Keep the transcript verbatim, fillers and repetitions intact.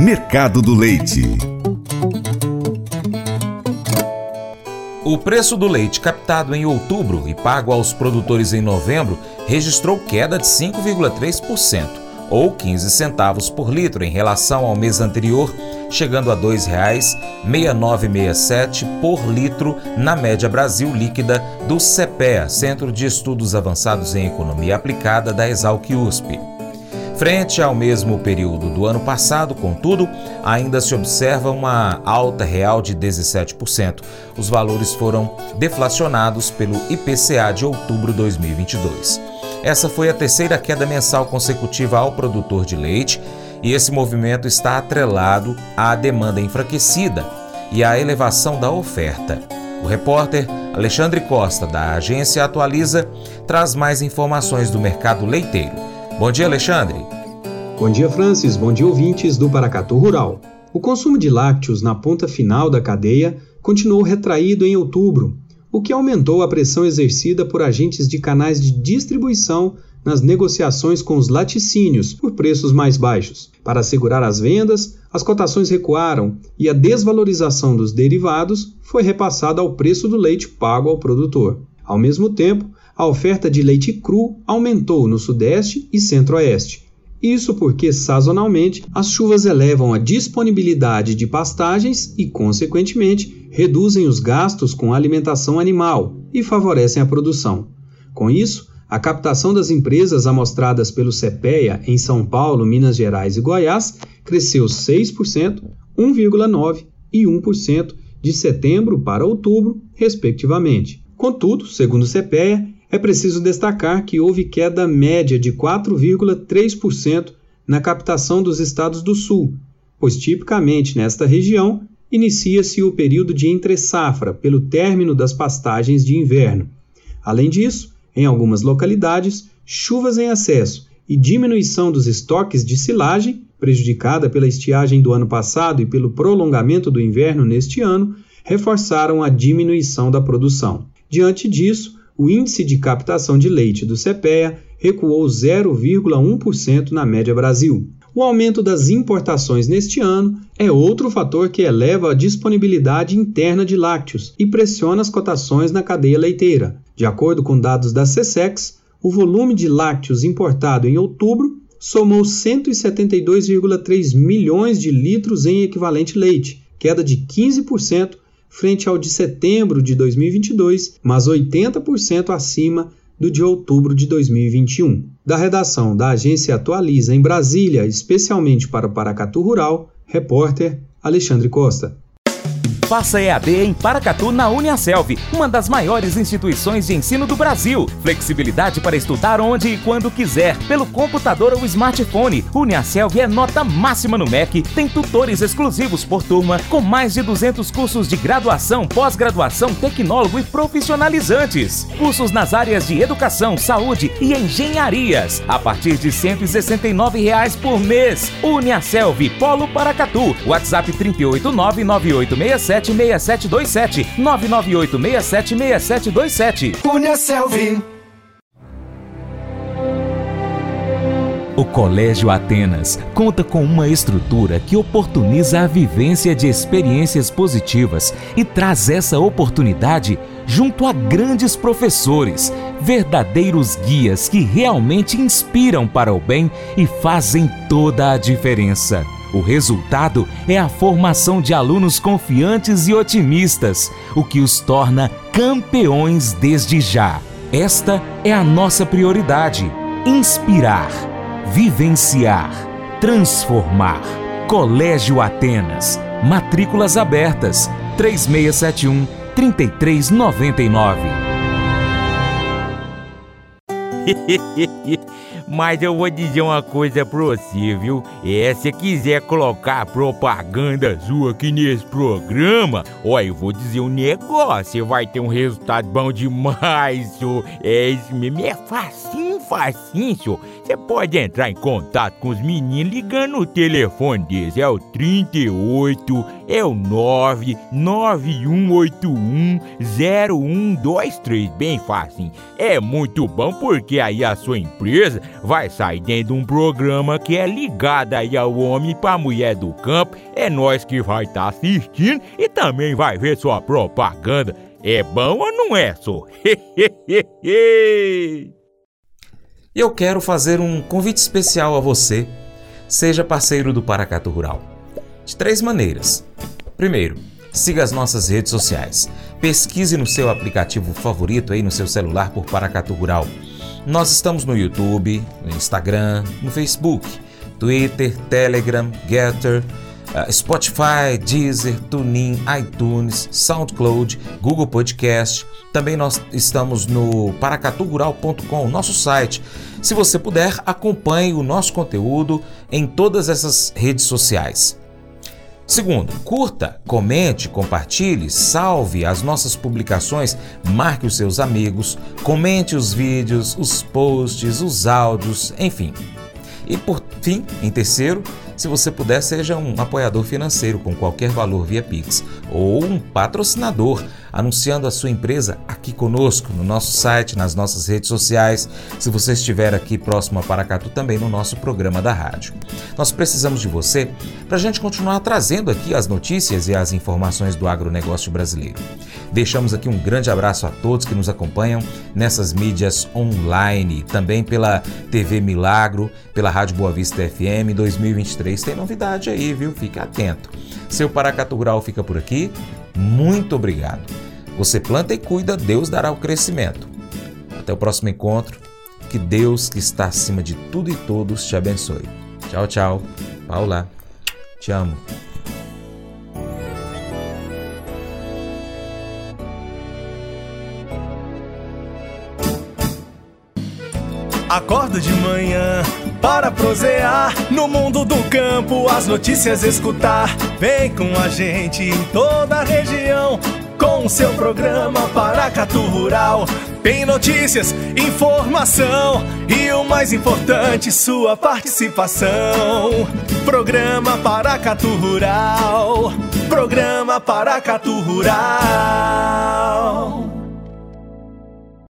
Mercado do Leite. O preço do leite captado em outubro e pago aos produtores em novembro registrou queda de cinco vírgula três por cento, ou quinze centavos por litro em relação ao mês anterior, chegando a dois reais sessenta e nove reais e sessenta e sete centavos por litro na média Brasil líquida do CEPEA, Centro de Estudos Avançados em Economia Aplicada da Exalc-U S P. Frente ao mesmo período do ano passado, contudo, ainda se observa uma alta real de dezessete por cento. Os valores foram deflacionados pelo I P C A de outubro de dois mil e vinte e dois. Essa foi a terceira queda mensal consecutiva ao produtor de leite e esse movimento está atrelado à demanda enfraquecida e à elevação da oferta. O repórter Alexandre Costa, da agência Atualiza, traz mais informações do mercado leiteiro. Bom dia, Alexandre. Bom dia, Francis. Bom dia, ouvintes do Paracatu Rural. O consumo de lácteos na ponta final da cadeia continuou retraído em outubro, o que aumentou a pressão exercida por agentes de canais de distribuição nas negociações com os laticínios por preços mais baixos. Para assegurar as vendas, as cotações recuaram e a desvalorização dos derivados foi repassada ao preço do leite pago ao produtor. Ao mesmo tempo, a oferta de leite cru aumentou no Sudeste e Centro-Oeste. Isso porque, sazonalmente, as chuvas elevam a disponibilidade de pastagens e, consequentemente, reduzem os gastos com a alimentação animal e favorecem a produção. Com isso, a captação das empresas amostradas pelo CEPEA em São Paulo, Minas Gerais e Goiás cresceu seis por cento, um vírgula nove por cento e um por cento de setembro para outubro, respectivamente. Contudo, segundo o CEPEA, é preciso destacar que houve queda média de quatro vírgula três por cento na captação dos estados do Sul, pois tipicamente nesta região inicia-se o período de entre-safra pelo término das pastagens de inverno. Além disso, em algumas localidades, chuvas em excesso e diminuição dos estoques de silagem, prejudicada pela estiagem do ano passado e pelo prolongamento do inverno neste ano, reforçaram a diminuição da produção. Diante disso, o índice de captação de leite do CEPEA recuou zero vírgula um por cento na média Brasil. O aumento das importações neste ano é outro fator que eleva a disponibilidade interna de lácteos e pressiona as cotações na cadeia leiteira. De acordo com dados da SECEX, o volume de lácteos importado em outubro somou cento e setenta e dois vírgula três milhões de litros em equivalente leite, queda de quinze por cento frente ao de setembro de dois mil e vinte e dois, mas oitenta por cento acima do de outubro de dois mil e vinte e um. Da redação da agência Atualiza em Brasília, especialmente para o Paracatu Rural, repórter Alexandre Costa. Faça E A D em Paracatu na Uniaselv, uma das maiores instituições de ensino do Brasil. Flexibilidade para estudar onde e quando quiser, pelo computador ou smartphone. Uniaselv é nota máxima no M E C, tem tutores exclusivos por turma, com mais de duzentos cursos de graduação, pós-graduação, tecnólogo e profissionalizantes. Cursos nas áreas de educação, saúde e engenharias, a partir de cento e sessenta e nove reais por mês. Uniaselv, Polo Paracatu. WhatsApp trinta e oito, nove nove oito seis sete seis sete dois sete, nove nove oito seis sete seis sete dois sete. Uniaselv. O Colégio Atenas conta com uma estrutura que oportuniza a vivência de experiências positivas e traz essa oportunidade junto a grandes professores, verdadeiros guias que realmente inspiram para o bem e fazem toda a diferença. O resultado é a formação de alunos confiantes e otimistas, o que os torna campeões desde já. Esta é a nossa prioridade: inspirar, vivenciar, transformar. Colégio Atenas. Matrículas abertas. três seis sete um, três três nove nove. Mas eu vou dizer uma coisa pra você, viu? É, se quiser colocar propaganda sua aqui nesse programa, ó, eu vou dizer um negócio, você vai ter um resultado bom demais, senhor. É isso mesmo, é facinho, facinho, senhor. Você pode entrar em contato com os meninos ligando no telefone deles, é o trinta e oito, é o nove nove um oito um zero um dois três, bem facinho. É muito bom porque aí a sua empresa vai sair dentro de um programa que é ligado aí ao homem pra mulher do campo. É nós que vai estar tá assistindo e também vai ver sua propaganda. É bom ou não é, só? E eu quero fazer um convite especial a você. Seja parceiro do Paracatu Rural. De três maneiras. Primeiro, siga as nossas redes sociais. Pesquise no seu aplicativo favorito aí no seu celular por Paracatu Rural. Nós estamos no YouTube, no Instagram, no Facebook, Twitter, Telegram, Getter, Uh, Spotify, Deezer, TuneIn, iTunes, SoundCloud, Google Podcast. Também nós estamos no paracatu rural ponto com, nosso site. Se você puder, acompanhe o nosso conteúdo em todas essas redes sociais. Segundo, curta, comente, compartilhe, salve as nossas publicações, marque os seus amigos, comente os vídeos, os posts, os áudios, enfim. E por fim, em terceiro, se você puder, seja um apoiador financeiro com qualquer valor via Pix ou um patrocinador, anunciando a sua empresa aqui conosco, no nosso site, nas nossas redes sociais, se você estiver aqui próximo a Paracatu, também no nosso programa da rádio. Nós precisamos de você para a gente continuar trazendo aqui as notícias e as informações do agronegócio brasileiro. Deixamos aqui um grande abraço a todos que nos acompanham nessas mídias online, também pela T V Milagro, pela Rádio Boa Vista F M. Dois mil e vinte e três tem novidade aí, viu? Fique atento. Seu Paracatu Rural fica por aqui. Muito obrigado. Você planta e cuida, Deus dará o crescimento. Até o próximo encontro. Que Deus, que está acima de tudo e todos, te abençoe. Tchau, tchau. Paula, te amo. Acordo de manhã para prosear no mundo do campo, as notícias escutar. Vem com a gente em toda a região com o seu programa Paracatu Rural. Tem notícias, informação e o mais importante, sua participação. Programa Paracatu Rural. Programa Paracatu Rural.